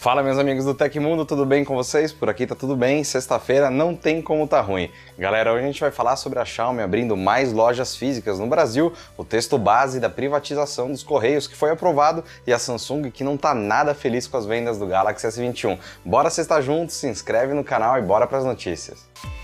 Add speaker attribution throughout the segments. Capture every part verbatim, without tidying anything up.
Speaker 1: Fala, meus amigos do Tecmundo, tudo bem com vocês? Por aqui tá tudo bem, sexta-feira não tem como tá ruim. Galera, hoje a gente vai falar sobre a Xiaomi abrindo mais lojas físicas no Brasil, o texto base da privatização dos Correios que foi aprovado e a Samsung que não tá nada feliz com as vendas do Galaxy S vinte e um. Bora sextar juntos, se inscreve no canal e bora pras notícias.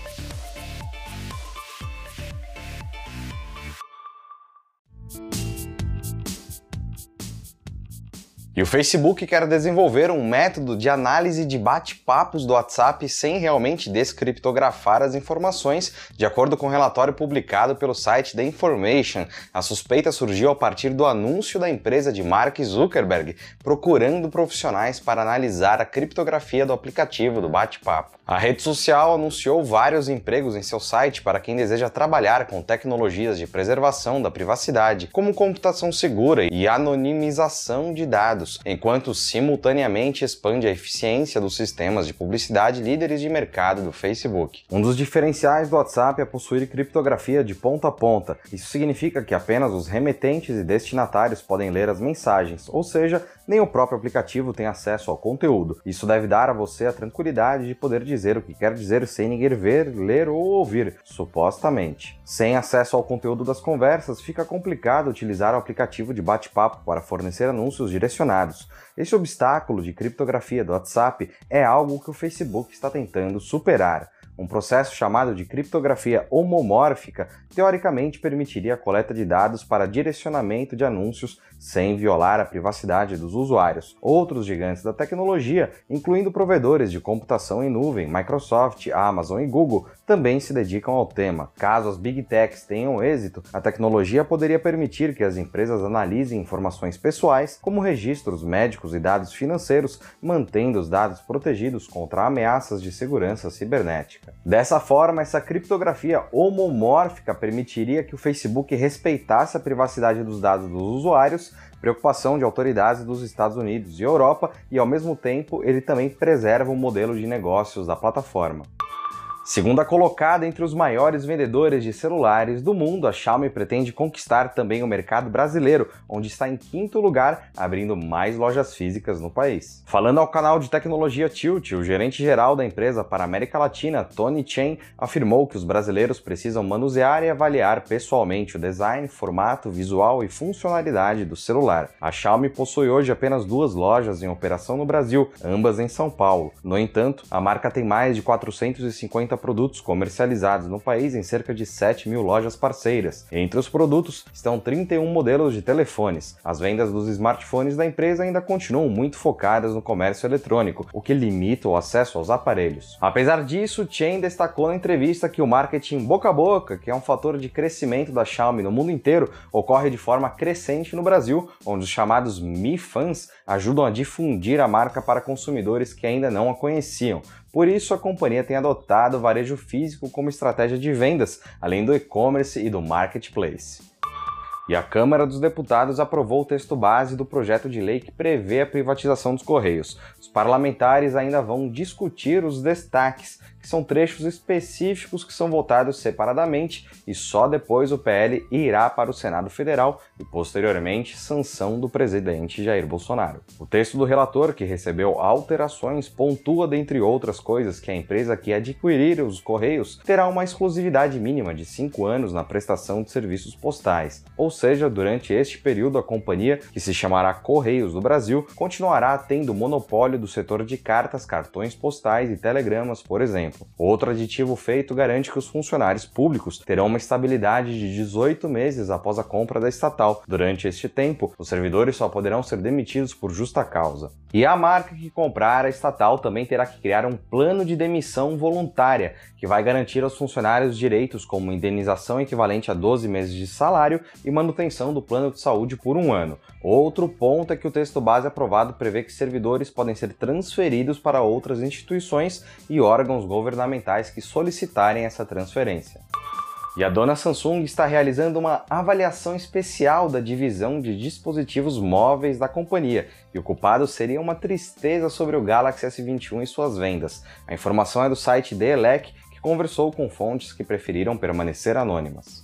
Speaker 1: E o Facebook quer desenvolver um método de análise de bate-papos do WhatsApp sem realmente descriptografar as informações, de acordo com um relatório publicado pelo site The Information. A suspeita surgiu a partir do anúncio da empresa de Mark Zuckerberg procurando profissionais para analisar a criptografia do aplicativo do bate-papo. A rede social anunciou vários empregos em seu site para quem deseja trabalhar com tecnologias de preservação da privacidade, como computação segura e anonimização de dados, enquanto simultaneamente expande a eficiência dos sistemas de publicidade líderes de mercado do Facebook. Um dos diferenciais do WhatsApp é possuir criptografia de ponta a ponta. Isso significa que apenas os remetentes e destinatários podem ler as mensagens, ou seja, nem o próprio aplicativo tem acesso ao conteúdo. Isso deve dar a você a tranquilidade de poder dizer o que quer dizer sem ninguém ver, ler ou ouvir, supostamente. Sem acesso ao conteúdo das conversas, fica complicado utilizar o aplicativo de bate-papo para fornecer anúncios direcionados. Esse obstáculo de criptografia do WhatsApp é algo que o Facebook está tentando superar. Um processo chamado de criptografia homomórfica teoricamente permitiria a coleta de dados para direcionamento de anúncios sem violar a privacidade dos usuários. Outros gigantes da tecnologia, incluindo provedores de computação em nuvem, Microsoft, Amazon e Google, também se dedicam ao tema. Caso as Big Techs tenham êxito, a tecnologia poderia permitir que as empresas analisem informações pessoais, como registros médicos e dados financeiros, mantendo os dados protegidos contra ameaças de segurança cibernética. Dessa forma, essa criptografia homomórfica permitiria que o Facebook respeitasse a privacidade dos dados dos usuários, preocupação de autoridades dos Estados Unidos e Europa, e ao mesmo tempo ele também preserva o modelo de negócios da plataforma. Segunda colocada entre os maiores vendedores de celulares do mundo, a Xiaomi pretende conquistar também o mercado brasileiro, onde está em quinto lugar, abrindo mais lojas físicas no país. Falando ao canal de tecnologia Tilt, o gerente-geral da empresa para a América Latina, Tony Chen, afirmou que os brasileiros precisam manusear e avaliar pessoalmente o design, formato, visual e funcionalidade do celular. A Xiaomi possui hoje apenas duas lojas em operação no Brasil, ambas em São Paulo. No entanto, a marca tem mais de quatrocentos e cinquenta produtos comercializados no país em cerca de sete mil lojas parceiras. Entre os produtos estão trinta e um modelos de telefones. As vendas dos smartphones da empresa ainda continuam muito focadas no comércio eletrônico, o que limita o acesso aos aparelhos. Apesar disso, Chen destacou na entrevista que o marketing boca a boca, que é um fator de crescimento da Xiaomi no mundo inteiro, ocorre de forma crescente no Brasil, onde os chamados Mi Fans ajudam a difundir a marca para consumidores que ainda não a conheciam. Por isso, a companhia tem adotado o varejo físico como estratégia de vendas, além do e-commerce e do marketplace. E a Câmara dos Deputados aprovou o texto base do projeto de lei que prevê a privatização dos Correios. Os parlamentares ainda vão discutir os destaques, que são trechos específicos que são votados separadamente, e só depois o P L irá para o Senado Federal e, posteriormente, sanção do presidente Jair Bolsonaro. O texto do relator, que recebeu alterações, pontua, dentre outras coisas, que a empresa que adquirir os Correios terá uma exclusividade mínima de cinco anos na prestação de serviços postais. Ou seja, durante este período, a companhia, que se chamará Correios do Brasil, continuará tendo monopólio do setor de cartas, cartões postais e telegramas, por exemplo. Outro aditivo feito garante que os funcionários públicos terão uma estabilidade de dezoito meses após a compra da estatal. Durante este tempo, os servidores só poderão ser demitidos por justa causa. E a marca que comprar a estatal também terá que criar um plano de demissão voluntária, que vai garantir aos funcionários direitos como indenização equivalente a doze meses de salário e manutenção do plano de saúde por um ano. Outro ponto é que o texto base aprovado prevê que servidores podem ser transferidos para outras instituições e órgãos governamentais que solicitarem essa transferência. E a dona Samsung está realizando uma avaliação especial da divisão de dispositivos móveis da companhia, e o culpado seria uma tristeza sobre o Galaxy S vinte e um e suas vendas. A informação é do site The Elec, que conversou com fontes que preferiram permanecer anônimas.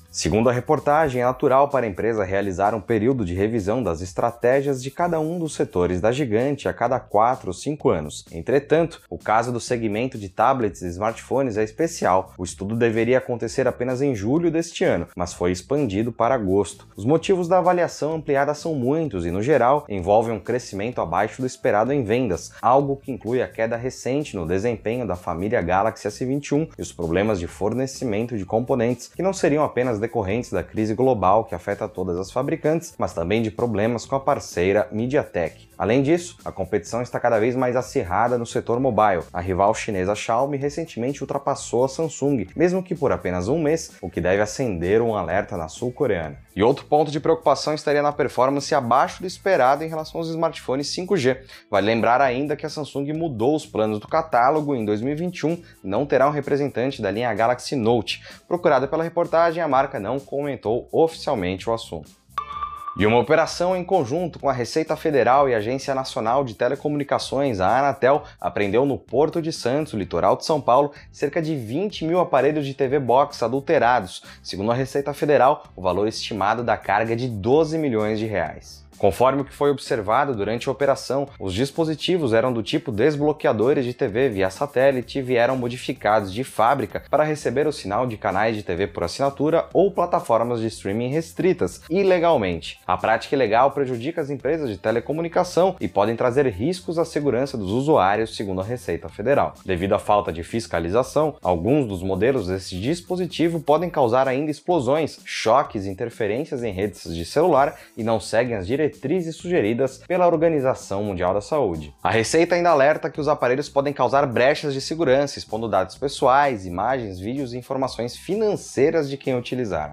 Speaker 1: Segundo a reportagem, é natural para a empresa realizar um período de revisão das estratégias de cada um dos setores da gigante a cada quatro ou cinco anos. Entretanto, o caso do segmento de tablets e smartphones é especial. O estudo deveria acontecer apenas em julho deste ano, mas foi expandido para agosto. Os motivos da avaliação ampliada são muitos e, no geral, envolvem um crescimento abaixo do esperado em vendas, algo que inclui a queda recente no desempenho da família Galaxy S vinte e um e os problemas de fornecimento de componentes, que não seriam apenas decorrentes da crise global que afeta todas as fabricantes, mas também de problemas com a parceira MediaTek. Além disso, a competição está cada vez mais acirrada no setor mobile. A rival chinesa Xiaomi recentemente ultrapassou a Samsung, mesmo que por apenas um mês, o que deve acender um alerta na sul-coreana. E outro ponto de preocupação estaria na performance abaixo do esperado em relação aos smartphones cinco G. Vale lembrar ainda que a Samsung mudou os planos do catálogo em dois mil e vinte e um e não terá um representante da linha Galaxy Note. Procurada pela reportagem, a marca não comentou oficialmente o assunto. E uma operação em conjunto com a Receita Federal e a Agência Nacional de Telecomunicações, a Anatel, apreendeu no Porto de Santos, litoral de São Paulo, cerca de vinte mil aparelhos de T V Box adulterados. Segundo a Receita Federal, o valor estimado da carga é de doze milhões de reais. Conforme o que foi observado durante a operação, os dispositivos eram do tipo desbloqueadores de T V via satélite e vieram modificados de fábrica para receber o sinal de canais de T V por assinatura ou plataformas de streaming restritas, ilegalmente. A prática ilegal prejudica as empresas de telecomunicação e podem trazer riscos à segurança dos usuários, segundo a Receita Federal. Devido à falta de fiscalização, alguns dos modelos desse dispositivo podem causar ainda explosões, choques e interferências em redes de celular e não seguem as diretrizes diretrizes sugeridas pela Organização Mundial da Saúde. A Receita ainda alerta que os aparelhos podem causar brechas de segurança, expondo dados pessoais, imagens, vídeos e informações financeiras de quem utilizar.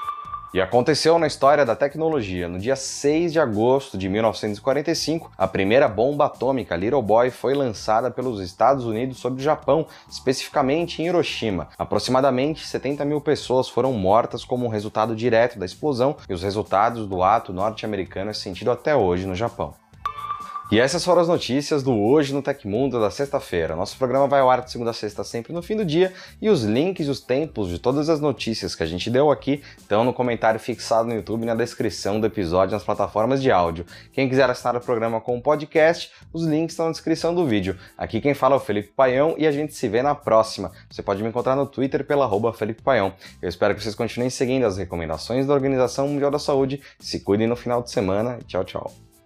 Speaker 1: E aconteceu na história da tecnologia. No dia seis de agosto de mil novecentos e quarenta e cinco, a primeira bomba atômica Little Boy foi lançada pelos Estados Unidos sobre o Japão, especificamente em Hiroshima. Aproximadamente setenta mil pessoas foram mortas como um resultado direto da explosão, e os resultados do ato norte-americano é sentido até hoje no Japão. E essas foram as notícias do Hoje no Tecmundo da sexta-feira. Nosso programa vai ao ar de segunda a sexta sempre no fim do dia, e os links e os tempos de todas as notícias que a gente deu aqui estão no comentário fixado no YouTube e na descrição do episódio nas plataformas de áudio. Quem quiser assinar o programa com o podcast, os links estão na descrição do vídeo. Aqui quem fala é o Felipe Paião e a gente se vê na próxima. Você pode me encontrar no Twitter pela arroba Felipe Paião. Eu espero que vocês continuem seguindo as recomendações da Organização Mundial da Saúde. Se cuidem no final de semana. Tchau, tchau.